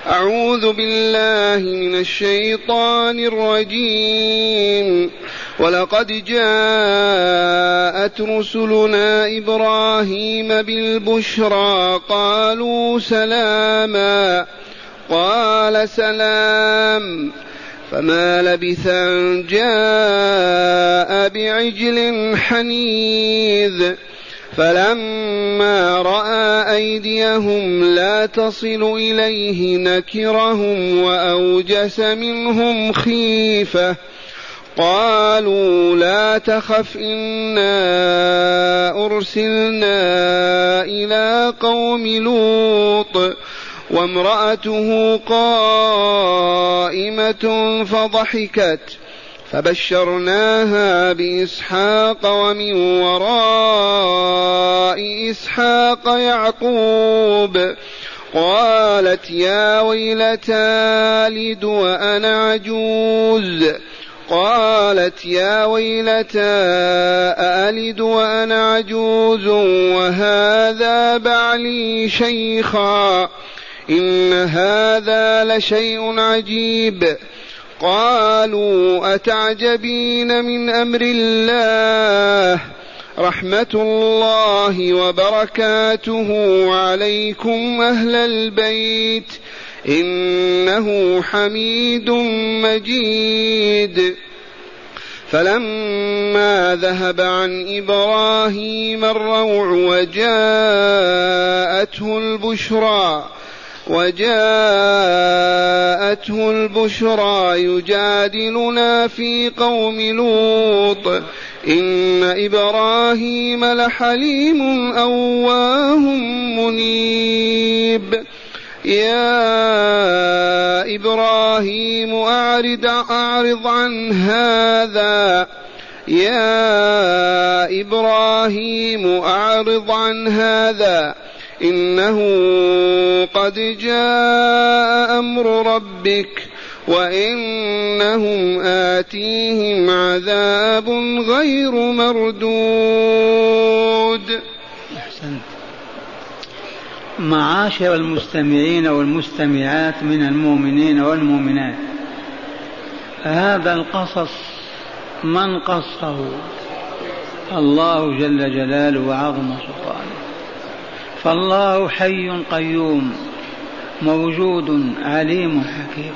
أعوذ بالله من الشيطان الرجيم. ولقد جاءت رسلنا إبراهيم بالبشرى قالوا سلاما قال سلام فما لبث أن جاء بعجل حنيذ فلما رأى أيديهم لا تصل إليه نكرهم وأوجس منهم خيفة قالوا لا تخف إنا أرسلنا إلى قوم لوط وامرأته قائمة فضحكت فبشرناها بإسحاق ومن وراء إسحاق يعقوب قالت يا ويلتى أألد وأنا عجوز وهذا بعلي شيخا إن هذا لشيء عجيب قالوا أتعجبين من أمر الله رحمة الله وبركاته عليكم أهل البيت إنه حميد مجيد. فلما ذهب عن إبراهيم الروع وجاءته البشرى يجادلنا في قوم لوط إن إبراهيم لحليم أواه منيب. يا إبراهيم أعرض عن هذا إنه قد جاء أمر ربك وإنهم آتيهم عذاب غير مردود. أحسنت. معاشر المستمعين والمستمعات من المؤمنين والمؤمنات، هذا القصص من قصه؟ الله جل جلاله وعظم سلطانه. فالله حي قيوم موجود عليم حكيم،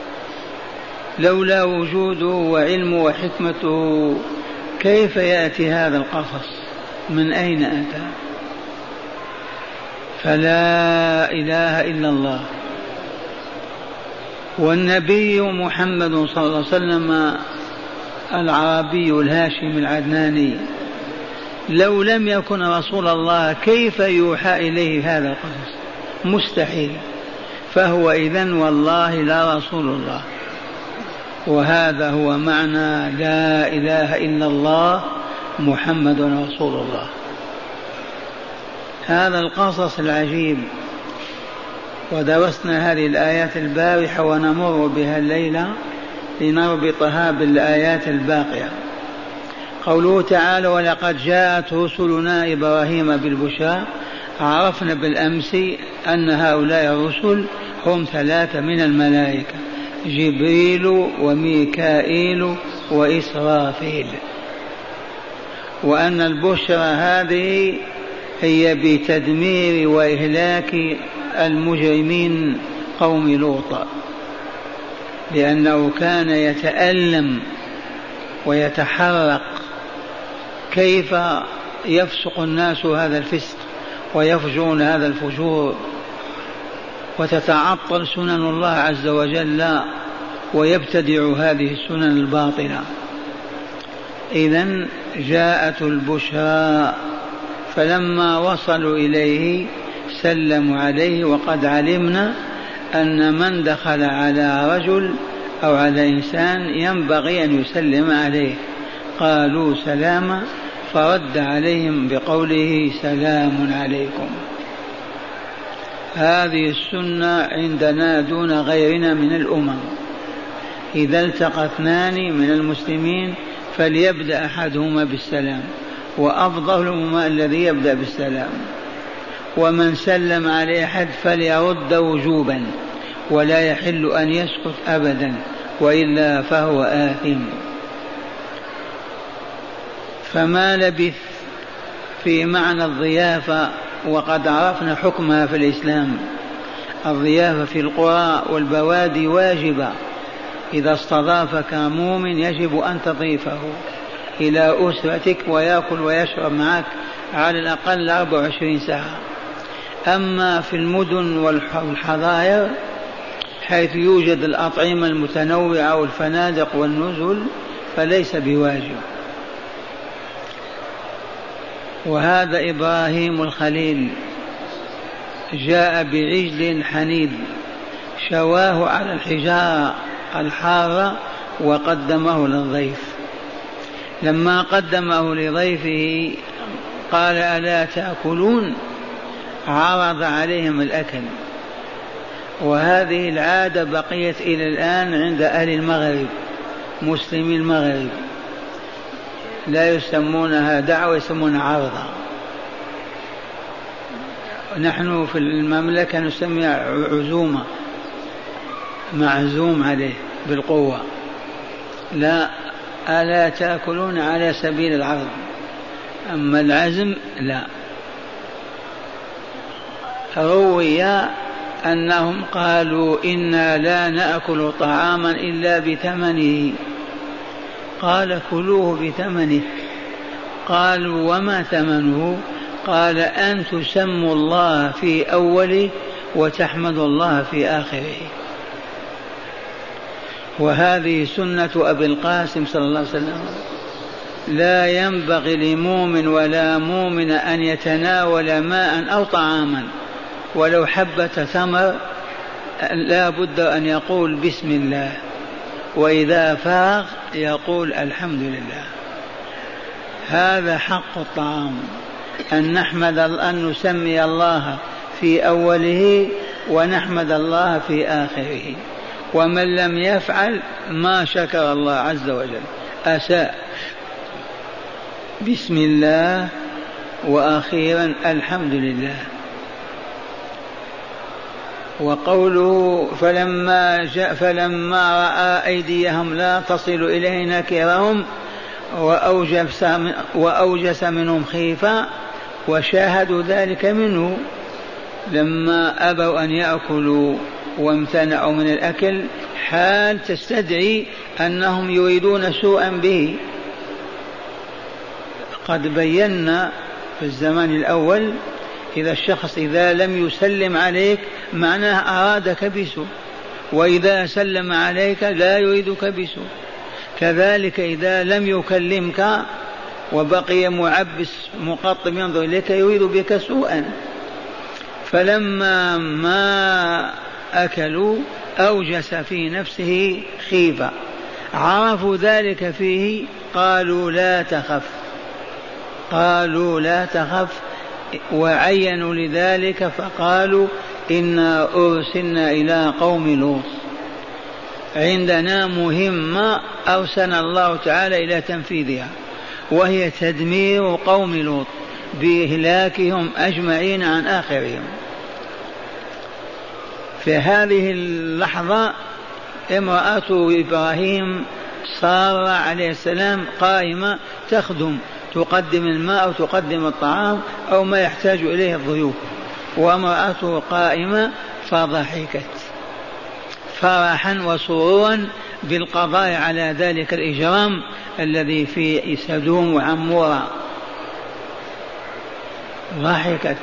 لولا وجوده وعلمه وحكمته كيف يأتي هذا القصص؟ من أين أتى؟ فلا إله إلا الله. والنبي محمد صلى الله عليه وسلم العربي الهاشمي العدناني لو لم يكن رسول الله كيف يوحى إليه هذا القصص؟ مستحيل. فهو إذن والله لا رسول الله. وهذا هو معنى لا إله إلا الله محمد رسول الله. هذا القصص العجيب، ودرسنا هذه الآيات البارحة ونمر بها الليلة لنربطها بالآيات الباقية. قوله تعالى ولقد جاءت رسلنا إبراهيم بالبشرى، عرفنا بالأمس أن هؤلاء الرسل هم 3 من الملائكة، جبريل وميكائيل وإسرافيل، وأن البشرى هذه هي بتدمير وإهلاك المجرمين قوم لوط، لأنه كان يتألم ويتحرق كيف يفسق الناس هذا الفسق ويفجرون هذا الفجور وتتعطل سنن الله عز وجل ويبتدع هذه السنن الباطلة. إذن جاءت البشرى، فلما وصلوا إليه سلموا عليه، وقد علمنا أن من دخل على رجل أو على إنسان ينبغي أن يسلم عليه. قالوا سلاما، فرد عليهم بقوله سلام عليكم. هذه السنة عندنا دون غيرنا من الأمم. إذا التقى 2 من المسلمين فليبدأ أحدهما بالسلام، وأفضلهما الذي يبدأ بالسلام. ومن سلم عليه أحد فليرد وجوبا، ولا يحل أن يسكت أبدا، وإلا فهو آثم. فما لبث في معنى الضيافة، وقد عرفنا حكمها في الإسلام. الضيافة في القرى والبوادي واجبة، إذا استضافك مؤمن يجب أن تضيفه إلى أسرتك ويأكل ويشرب معك على الأقل 24 ساعة. أما في المدن والحظائر حيث يوجد الأطعمة المتنوعة والفنادق والنزل فليس بواجب. وهذا إبراهيم الخليل جاء بعجل حنيذ شواه على الحجارة الحارة وقدمه للضيف. لما قدمه لضيفه قال: ألا تأكلون؟ عرض عليهم الأكل. وهذه العادة بقيت إلى الآن عند أهل المغرب، مسلمي المغرب، لا يسمونها دعوة، يسمونها عرضة. نحن في المملكة نسميها عزومة، معزوم عليه بالقوة. لا، ألا تأكلون على سبيل العرض، أما العزم لا. روي أنهم قالوا: إنا لا نأكل طعاما إلا بثمنه. قال: كلوه بثمنه. قالوا: وما ثمنه؟ قال: أن تسموا الله في أوله وتحمدوا الله في آخره. وهذه سنة أبي القاسم صلى الله عليه وسلم. لا ينبغي لمؤمن ولا مؤمن أن يتناول ماء أو طعاما ولو حبة ثمر، لا بد أن يقول بسم الله، وإذا فاغ يقول الحمد لله. هذا حق الطعام، أن نسمي الله في أوله ونحمد الله في آخره. ومن لم يفعل ما شكر الله عز وجل، أساء. بسم الله وأخيرا الحمد لله. وقوله فلما رأى أيديهم لا تصل إليه نكرهم وأوجس منهم خيفة، وشاهدوا ذلك منه لما أبوا أن يأكلوا وامتنعوا من الأكل، حال تستدعي أنهم يريدون سوءا به. قد بينا في الزمان الأول إذا الشخص إذا لم يسلم عليك معناه أرادك بسوء، وإذا سلم عليك لا يريدك بسوء. كذلك إذا لم يكلمك وبقي معبس مقطب ينظر إليك يريد بك سوءا. فلما ما أكلوا أوجس في نفسه خيفة، عرفوا ذلك فيه، قالوا لا تخف، وعينوا لذلك فقالوا: إنا أرسلنا إلى قوم لوط. عندنا مهمة أرسلنا الله تعالى إلى تنفيذها، وهي تدمير قوم لوط بإهلاكهم أجمعين عن آخرهم. في هذه اللحظة امرأة إبراهيم صار عليه السلام قائمة تخدم، تقدم الماء أو تقدم الطعام أو ما يحتاج إليه الضيوف، وامرأته قائمة فضحكت فرحا وسرورا بالقضاء على ذلك الإجرام الذي في سدوم وعمورة. ضحكت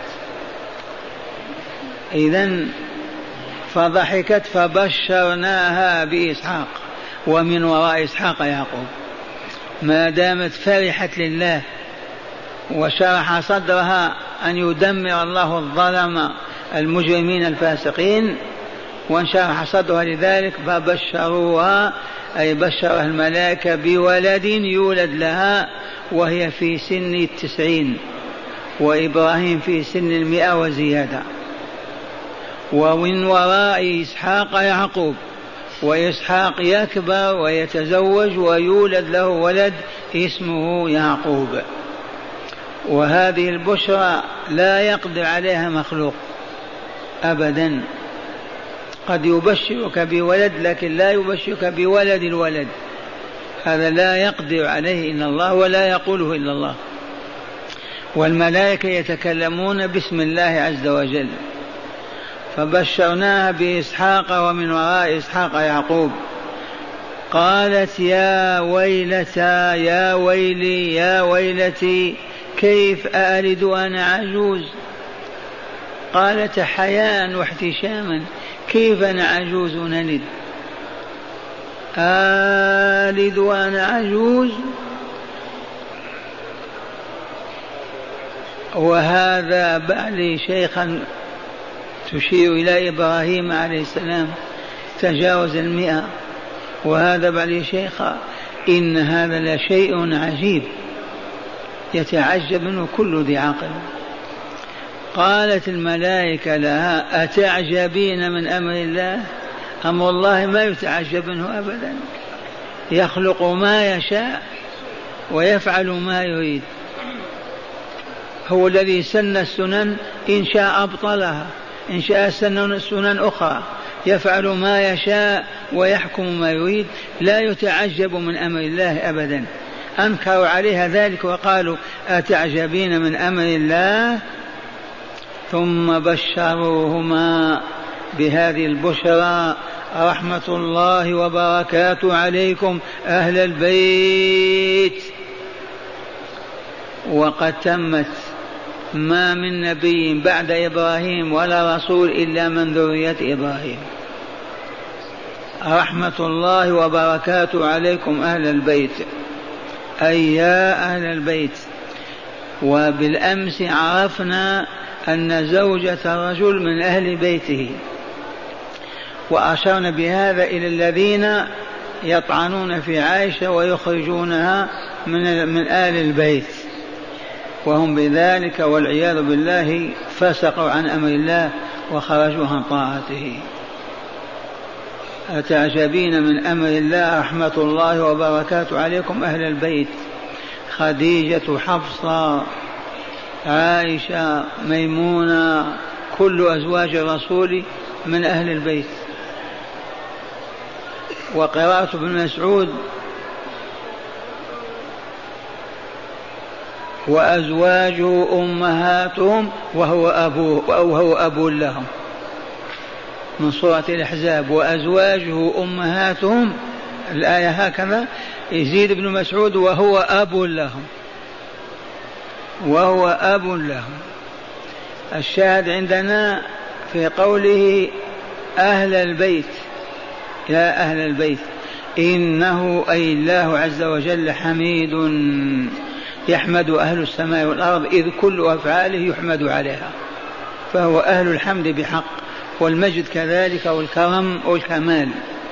إذن، فضحكت فبشرناها بإسحاق ومن وراء إسحاق يعقوب. ما دامت فرحت لله وشرح صدرها أن يدمر الله الظلم المجرمين الفاسقين، وانشرح صدرها لذلك، فبشروها أي بشرها الملائكة بولد يولد لها وهي في سن 90، وإبراهيم في سن 100 وزيادة. ومن وراء إسحاق يعقوب، وإسحاق يكبر ويتزوج ويولد له ولد اسمه يعقوب. وهذه البشرى لا يقدر عليها مخلوق أبدا. قد يبشرك بولد لكن لا يبشرك بولد الولد، هذا لا يقدر عليه إلا الله ولا يقوله إلا الله. والملائكة يتكلمون باسم الله عز وجل. فبشرناها بإسحاق ومن وراء إسحاق يعقوب. قالت يا ويلتى يا ويلي يا ويلتي كيف ألد وأنا عجوز. قالت حياء واحتشاما كيف أنا عجوز نلد، آلد وأنا عجوز. وهذا بعلي شيخا تشير إلى إبراهيم عليه السلام تجاوز 100، وهذا بعلي شيخا. إن هذا لشيء عجيب يتعجب منه كل ذي عقل. قالت الملائكة لها أتعجبين من أمر الله؟ أمر الله ما يتعجب منه أبدا، يخلق ما يشاء ويفعل ما يريد. هو الذي سن السنن، إن شاء أبطلها، إن شاء سن سنن أخرى، يفعل ما يشاء ويحكم ما يريد، لا يتعجب من أمر الله أبدا. أنكروا عليها ذلك وقالوا أتعجبين من أمر الله. ثم بشروهما بهذه البشرى رحمة الله وبركاته عليكم أهل البيت. وقد تمت، ما من نبي بعد إبراهيم ولا رسول إلا من ذرية إبراهيم. رحمة الله وبركاته عليكم أهل البيت، أي يا أهل البيت. وبالأمس عرفنا أن زوجة الرجل من أهل بيته، وأشرنا بهذا إلى الذين يطعنون في عائشة ويخرجونها من آل البيت، وهم بذلك والعياذ بالله فسقوا عن أمر الله وخرجوا عن طاعته. أتعجبين من أمر الله رحمة الله وبركاته عليكم أهل البيت. خديجة، حفصة، عائشة، ميمونة، كل أزواج الرسول من أهل البيت. وقراءة ابن مسعود وأزواجه أمهاتهم وهو أبو لهم، من سورة الأحزاب. وأزواجه أمهاتهم، الآية هكذا، يزيد ابن مسعود وهو أب لهم، وهو أب لهم. الشاهد عندنا في قوله أهل البيت، يا أهل البيت، إنه أي الله عز وجل حميد يحمد أهل السماء والأرض، إذ كل أفعاله يحمد عليها، فهو أهل الحمد بحق، والمجد كذلك، والكرم والكمال.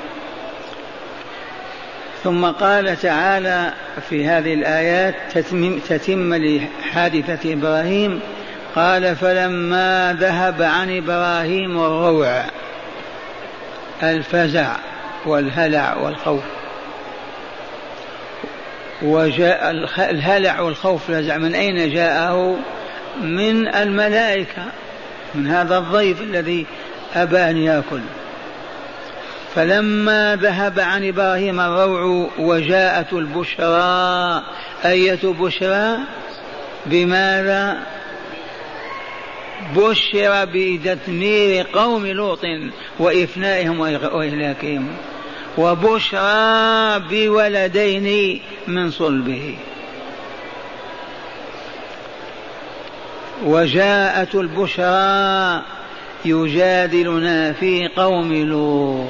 ثم قال تعالى في هذه الآيات تتم لحادثة إبراهيم، قال فلما ذهب عن إبراهيم الروع، الفزع والهلع والخوف، وجاء الهلع والخوف فزع، من أين جاءه؟ من الملائكة، من هذا الضيف الذي أبى أن يأكل. فلما ذهب عن إبراهيم الروع وجاءت البشرى، أية بشرى؟ بماذا؟ بشر بتدمير قوم لوط وإفنائهم وإهلاكهم، وبشرى بولدين من صلبه. وجاءت البشرى يجادلنا في قوم لوط،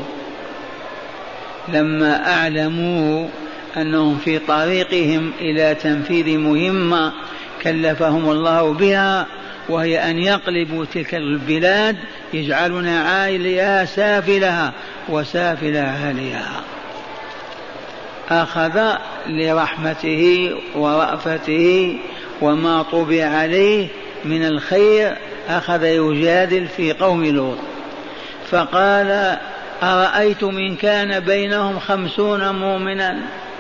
لما أعلموا أنهم في طريقهم إلى تنفيذ مهمة كلفهم الله بها، وهي أن يقلبوا تلك البلاد، يجعلون عاليها سافلها وسافل أهلها. أخذ لرحمته ورأفته وما طبع عليه من الخير، أخذ يجادل في قوم لوط. فقال أرأيتم إن كان بينهم 50 مؤمنا،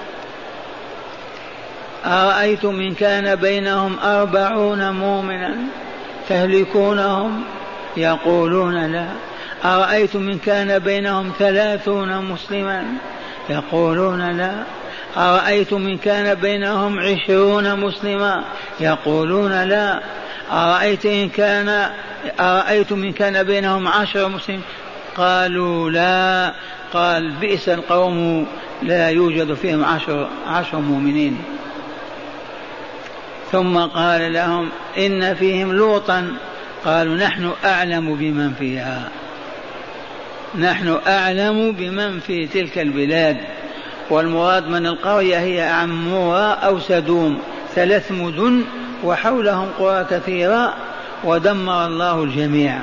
أرأيتم إن كان بينهم 40 مؤمنا تهلكونهم؟ يقولون لا. أرأيتم إن كان بينهم 30 مسلما يقولون لا. أرأيتم إن كان بينهم 20 مسلما يقولون لا. أرأيتم إن كان بينهم 10 مسلمين قالوا لا. قال بئس القوم لا يوجد فيهم 10 مؤمنين. ثم قال لهم إن فيهم لوطا. قالوا نحن أعلم بمن فيها، نحن أعلم بمن في تلك البلاد. والمراد من القرية هي عمورة أو سدوم، 3 مدن وحولهم قرى كثيرة ودمر الله الجميع.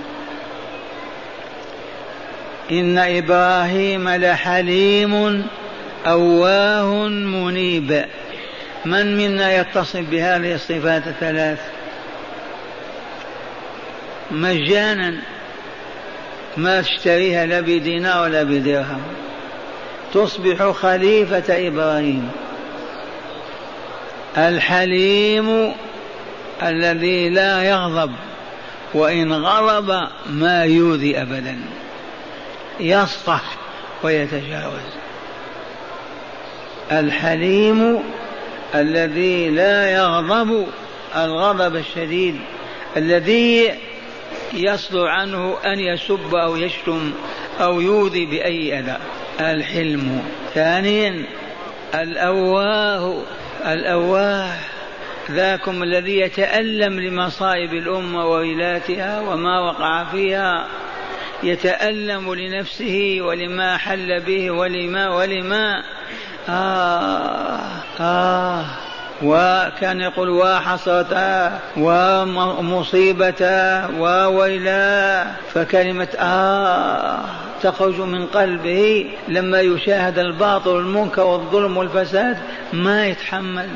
إن إبراهيم لحليم أواه منيب. من منا يتصف بهذه الصفات الثلاث مجانا ما تشتريها لا بدينار ولا بدرهم، تصبح خليفة إبراهيم. الحليم الذي لا يغضب، وإن غضب ما يؤذي أبدا، يصفح ويتجاوز. الحليم الذي لا يغضب الغضب الشديد الذي يصدر عنه أن يسب أو يشتم أو يؤذي بأي أذى. الحلم. ثانيا الأواه ذاكم الذي يتألم لمصائب الأمة وويلاتها وما وقع فيها، يتألم لنفسه ولما حل به ولما وكان يقول وحسرته ومصيبته وويلاه، فكلمة تخرج من قلبه لما يشاهد الباطل والمنكر والظلم والفساد ما يتحمل،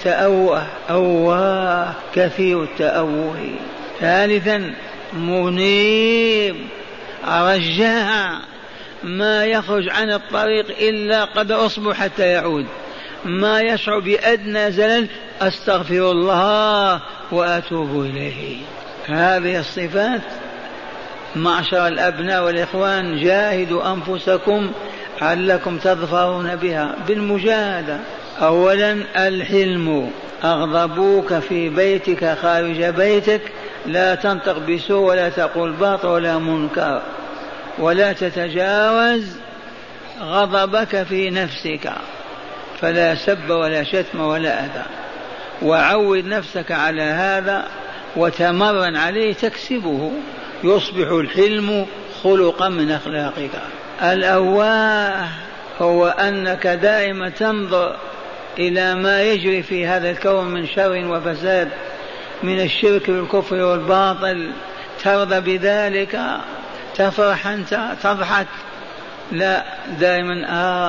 أواه كثير التأوه. ثالثا منيب، رجاع، ما يخرج عن الطريق إلا قد أصبح حتى يعود، ما يشعر بأدنى زلل أستغفر الله وأتوب إليه. هذه الصفات معشر الأبناء والإخوان جاهدوا أنفسكم علكم تظفرون بها بالمجاهدة. أولا الحلم، أغضبوك في بيتك خارج بيتك لا تنطق بسوء ولا تقول باطل ولا منكر، ولا تتجاوز غضبك في نفسك، فلا سب ولا شتم ولا أذى، وعود نفسك على هذا وتمرن عليه تكسبه، يصبح الحلم خلقا من أخلاقك. الأواه هو أنك دائما تنظر إلى ما يجري في هذا الكون من شر وفساد، من الشرك والكفر والباطل، ترضى بذلك، تفرح أنت، تضحك، لا، دائما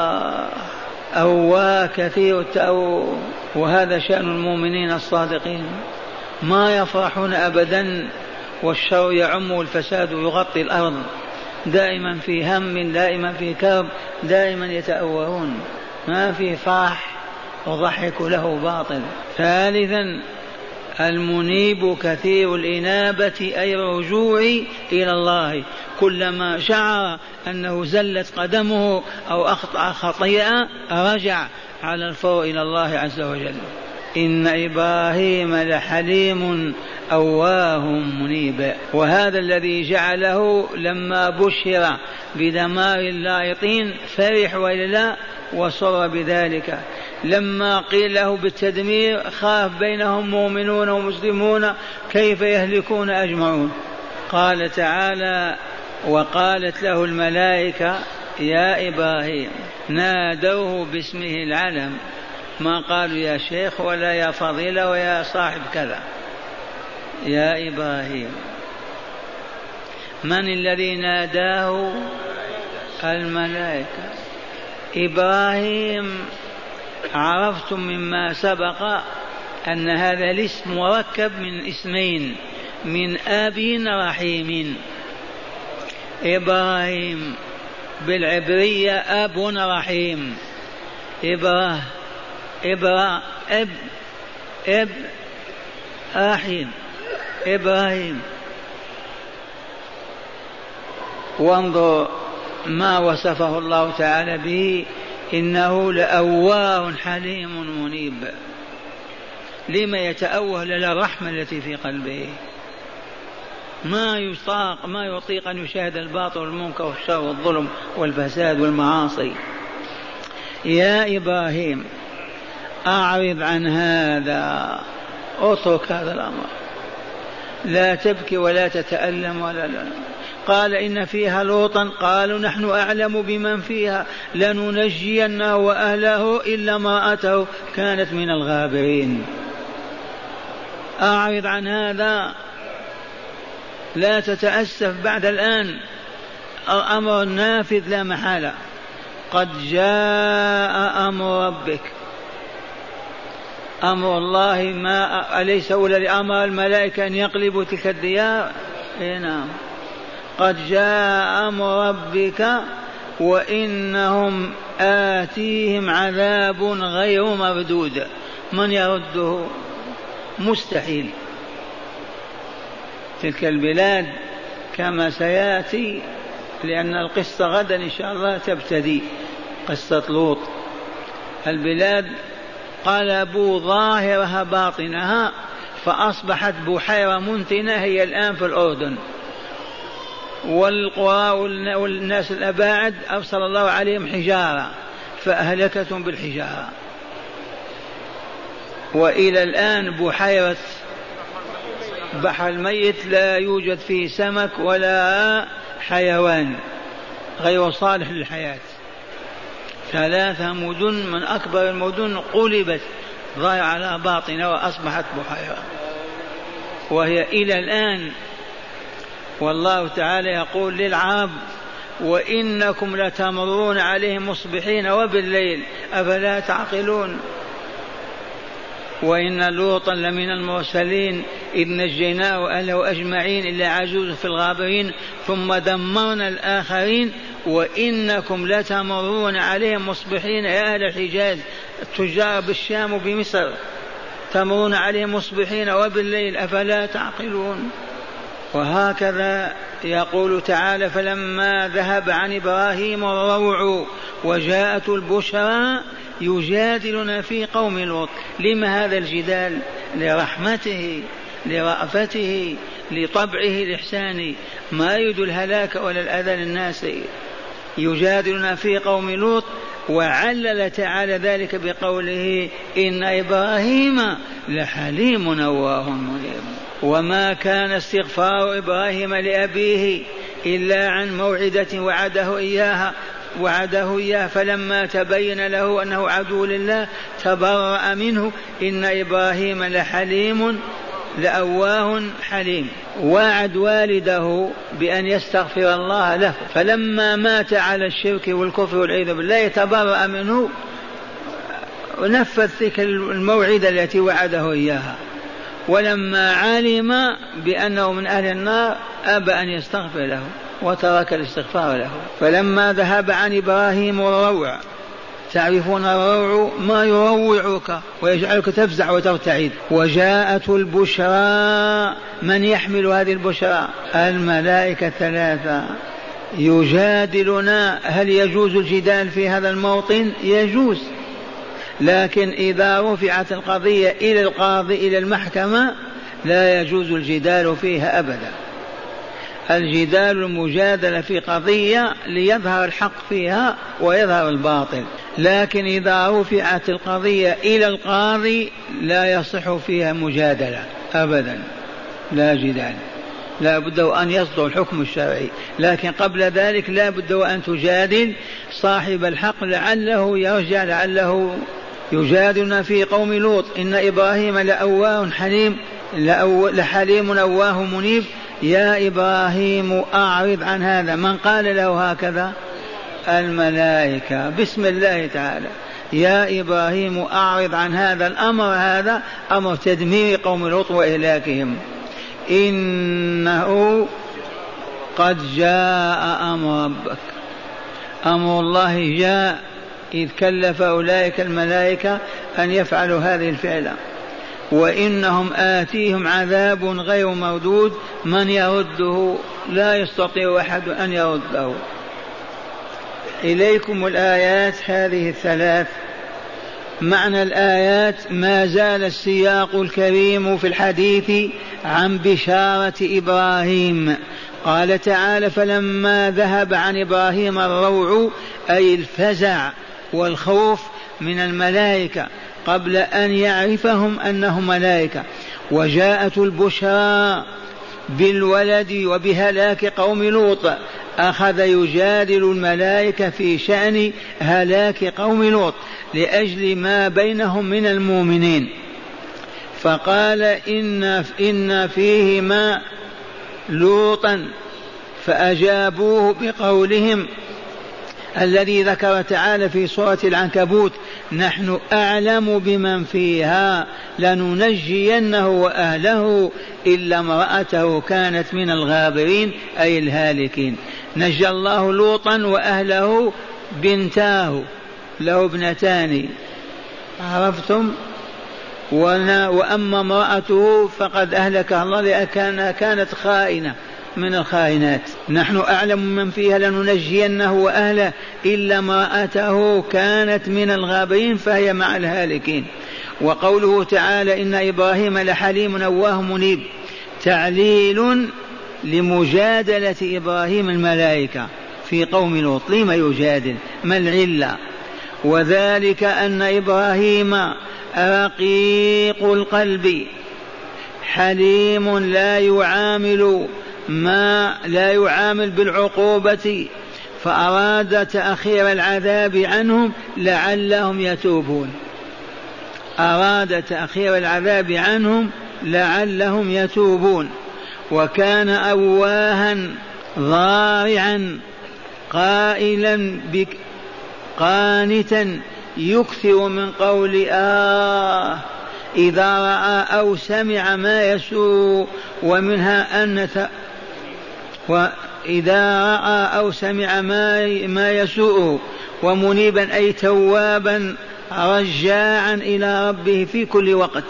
أواه كثير التأوه. وهذا شأن المؤمنين الصادقين، ما يفرحون أبدا والشر يعم والفساد يغطي الأرض، دائما في هم، دائما في كرب، دائما يتأوهون، ما في فرح وضحك له باطل. ثالثا المنيب كثير الإنابة، أي الرجوع إلى الله، كلما شعر أنه زلت قدمه أو أخطأ خطيئة رجع على الفور إلى الله عز وجل. إن إبراهيم لحليم أواه منيب. وهذا الذي جعله لما بشر بدمار اللايطين فرح وإلا وصر بذلك، لما قيل له بالتدمير خاف بينهم مؤمنون ومسلمون كيف يهلكون أجمعون. قال تعالى وقالت له الملائكة يا إبراهيم، نادوه باسمه العلم، ما قالوا يا شيخ ولا يا فضيلة ويا صاحب كذا، يا إبراهيم. من الذي ناداه؟ الملائكة. إبراهيم عرفتم مما سبق أن هذا الاسم مركب من اسمين، من أب رحيم. إبراهيم بالعبرية أب رحيم، أب رحيم. إبراهيم وانظر ما وصفه الله تعالى به: إنه لأواه حليم منيب. لما يتأوه للرحمة التي في قلبه، ما يطيق أن يشاهد الباطل والمنكر والشر والظلم والفساد والمعاصي. يا إبراهيم أعرض عن هذا، اترك هذا الأمر، لا تبكي ولا تتألم لا. قال إن فيها لوطا، قالوا نحن أعلم بمن فيها لننجينه وأهله إلا امرأته كانت من الغابرين. أعرض عن هذا، لا تتأسف بعد الآن، الأمر نافذ لا محالة، قد جاء أمر ربك. أمر الله ما أليس أولى لأمر الملائكة أن يقلبوا تلك الديار؟ نعم، قد جاء أمر ربك وإنهم آتيهم عذاب غير مردود. من يرده؟ مستحيل. تلك البلاد كما سيأتي، لأن القصة غدا إن شاء الله تبتدي، قصة لوط. البلاد قلبوا ظاهرها باطنها، فأصبحت بحيرة منتنة هي الآن في الأردن، والقرى والناس الأباعد أرسل الله عليهم حجارة فأهلكتهم بالحجارة. وإلى الآن بحيرة بحر الميت لا يوجد فيه سمك ولا حيوان غير صالح للحياة. 3 مدن من أكبر المدن قلبت ضايع على باطنها وأصبحت بحيرة، وهي إلى الآن. والله تعالى يقول للعرب: وإنكم لتمرون عليهم مصبحين وبالليل أفلا تعقلون. وإن لوطا لمن المرسلين إذ نجيناه وأهله أجمعين إلا عجوز في الغابرين ثم دمرنا الآخرين وإنكم لتمرون عليهم مصبحين. يا أهل الحجاز التجار بالشام وبمصر، تمرون عليهم مصبحين وبالليل أفلا تعقلون. وهكذا يقول تعالى: فلما ذهب عن إبراهيم الروع وجاءت البشرى يجادلنا في قوم لوط. لما هذا الجدال؟ لرحمته، لرأفته، لطبعه الإحساني، ما يريد الهلاك ولا الأذى للناس. يجادلنا في قوم لوط. وعلل تعالى ذلك بقوله: إن إبراهيم لحليم أواه منيب. وما كان استغفار إبراهيم لأبيه إلا عن موعدة وعده إياه فلما تبين له أنه عدو لله تبرأ منه. إن إبراهيم لحليم لأواه حليم. وعد والده بأن يستغفر الله له، فلما مات على الشرك والكفر والعياذ بالله يتبرأ منه ونفذ تلك الموعدة التي وعده إياها. ولما علم بأنه من أهل النار أبى أن يستغفر له وترك الاستغفار له. فلما ذهب عن إبراهيم الروع، تعرفون الروع ما يروعك ويجعلك تفزع وترتعد. وجاءت البشرى، من يحمل هذه البشرى؟ الملائكة 3 يجادلنا. هل يجوز الجدال في هذا الموطن؟ يجوز، لكن إذا رفعت القضية إلى القاضي إلى المحكمة لا يجوز الجدال فيها أبدا. الجدال المجادلة في قضية ليظهر الحق فيها ويظهر الباطل، لكن إذا رفعت القضية إلى القاضي لا يصح فيها مجادلة أبدا، لا جدال، لا بد أن يصدر الحكم الشرعي. لكن قبل ذلك لا بد أن تجادل صاحب الحق لعله يرجع، لعله يجادلنا في قوم لوط. إن إبراهيم لأواه حليم، لحليم أواه منيب. يا إبراهيم أعرض عن هذا. من قال له هكذا؟ الملائكة بسم الله تعالى. يا إبراهيم أعرض عن هذا الأمر، هذا أمر تدمير قوم لوط وإهلاكهم. إنه قد جاء أمر ربك. أمر الله جاء إذ كلف أولئك الملائكة أن يفعلوا هذه الفعلة. وإنهم آتيهم عذاب غير مردود، من يرده؟ لا يستطيع أحد أن يرده. إليكم الآيات هذه الثلاث. معنى الآيات: ما زال السياق الكريم في الحديث عن بشارة إبراهيم. قال تعالى: فلما ذهب عن إبراهيم الروع، أي الفزع والخوف من الملائكة قبل أن يعرفهم أنهم ملائكة، وجاءت البشرى بالولد وبهلاك قوم لوط، أخذ يجادل الملائكة في شأن هلاك قوم لوط لأجل ما بينهم من المؤمنين، فقال: إن فيهما لوطا، فأجابوه بقولهم الذي ذكر تعالى في سورة العنكبوت: نحن أعلم بمن فيها لننجينه وأهله إلا امرأته كانت من الغابرين، أي الهالكين. نجى الله لوطا وأهله، بنتاه، له ابنتان، عرفتم؟ وأما امرأته فقد أهلكها الله لأنها كانت خائنة من الخائنات. نحن أعلم من فيها لننجينه وأهله إلا امرأته كانت من الغابرين فهي مع الهالكين. وقوله تعالى: إن إبراهيم لحليم أواه منيب، تعليل لمجادلة إبراهيم الملائكة في قوم لوط. لما يجادل؟ ما العلة؟ وذلك أن إبراهيم رقيق القلب حليم، لا يعامل بالعقوبة، فأراد تأخير العذاب عنهم لعلهم يتوبون. أراد تأخير العذاب عنهم لعلهم يتوبون. وكان أواها ضارعا قائلا قانتا يكثر من قول إذا رأى أو سمع ما يسوء، ومنها أن وإذا رأى أو سمع ما يسوء، ومنيبا أي توابا رجاعا إلى ربه في كل وقت.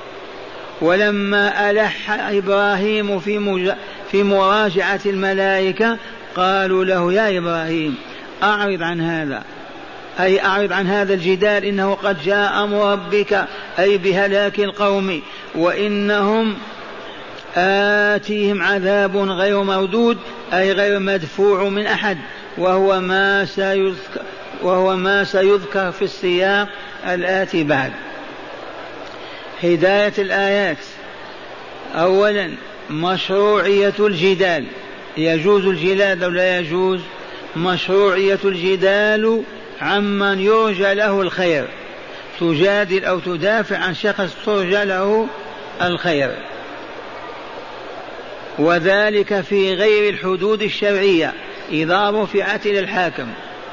ولما ألح إبراهيم في مراجعة الملائكة قالوا له: يا إبراهيم أعرض عن هذا، أي أعرض عن هذا الجدال، إنه قد جاء أمر ربك، أي بهلاك القوم، وإنهم آتيهم عذاب غير مردود، أي غير مدفوع من أحد، وهو ما سيذكر في السياق الآتي بعد. هداية الآيات: أولا مشروعية الجدال، يجوز الجدال أو لا يجوز؟ مشروعية الجدال عمن يرجى له الخير، تجادل أو تدافع عن شخص ترجى له الخير، وذلك في غير الحدود الشرعية إذا رفعت إلى الحاكم.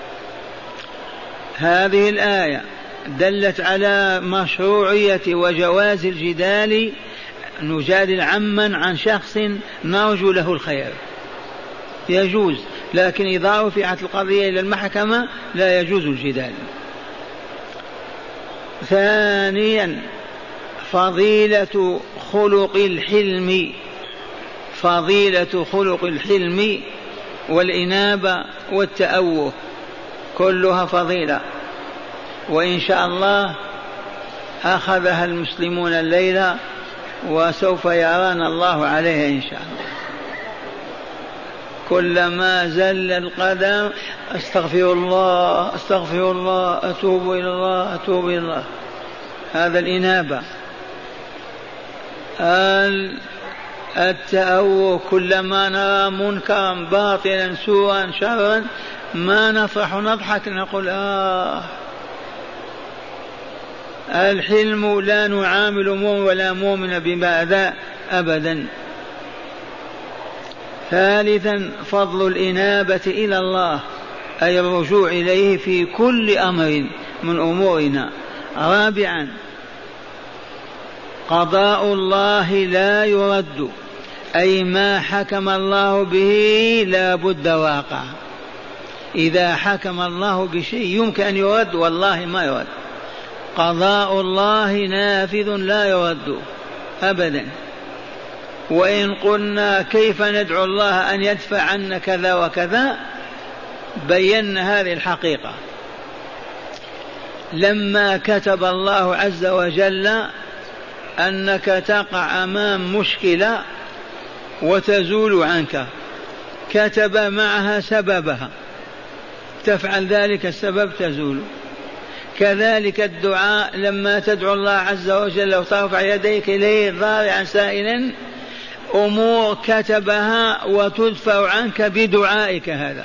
هذه الآية دلت على مشروعية وجواز الجدال، نجادل عن شخص نرجو له الخير، يجوز، لكن إذا رفعت القضية إلى المحكمة لا يجوز الجدال. ثانيا فضيلة خلق الحلم، فضيلة خلق الحلم والإنابة والتأوه، كلها فضيلة، وإن شاء الله أخذها المسلمون الليلة وسوف يرانا الله عليها إن شاء الله. كلما زل القدم أستغفر الله أستغفر الله، أتوب إلى الله أتوب إلى الله. هذا الإنابة. التأوه: كلما نرى منكرا باطلا سوءا شرا ما نفرح نضحك نقول الحلم لا نعامل مؤمن ولا مؤمن بماذا أبدا. ثالثا فضل الإنابة إلى الله، أي الرجوع إليه في كل أمر من أمورنا. رابعا قضاء الله لا يرد، أي ما حكم الله به لا بد واقع. إذا حكم الله بشيء يمكن أن يرد، والله ما يرد. قضاء الله نافذ لا يرد أبدا. وإن قلنا كيف ندعو الله أن يدفع عنا كذا وكذا بينا هذه الحقيقة. لما كتب الله عز وجل أنك تقع أمام مشكلة وتزول عنك كتب معها سببها، تفعل ذلك السبب تزول. كذلك الدعاء لما تدعو الله عز وجل وترفع يديك إليه ضارعا سائلا أمور كتبها وتدفع عنك بدعائك هذا.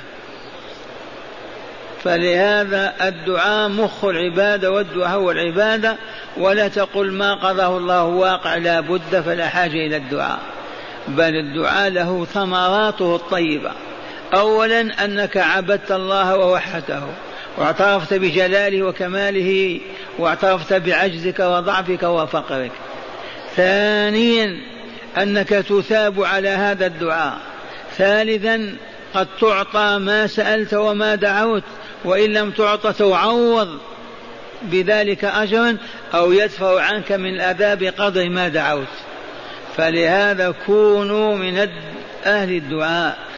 فلهذا الدعاء مخ العبادة والدعاء هو العبادة. ولا تقل ما قضاه الله واقع لا بد فلا حاجة إلى الدعاء، بل الدعاء له ثمراته الطيبة. أولا أنك عبدت الله ووحدته واعترفت بجلاله وكماله واعترفت بعجزك وضعفك وفقرك. ثانيا أنك تثاب على هذا الدعاء. ثالثا قد تعطى ما سألت وما دعوت، وإن لم تعط تعوض بذلك أجرا أو يدفع عنك من الأذى بقدر ما دعوت. فلهذا كونوا من أهل الدعاء.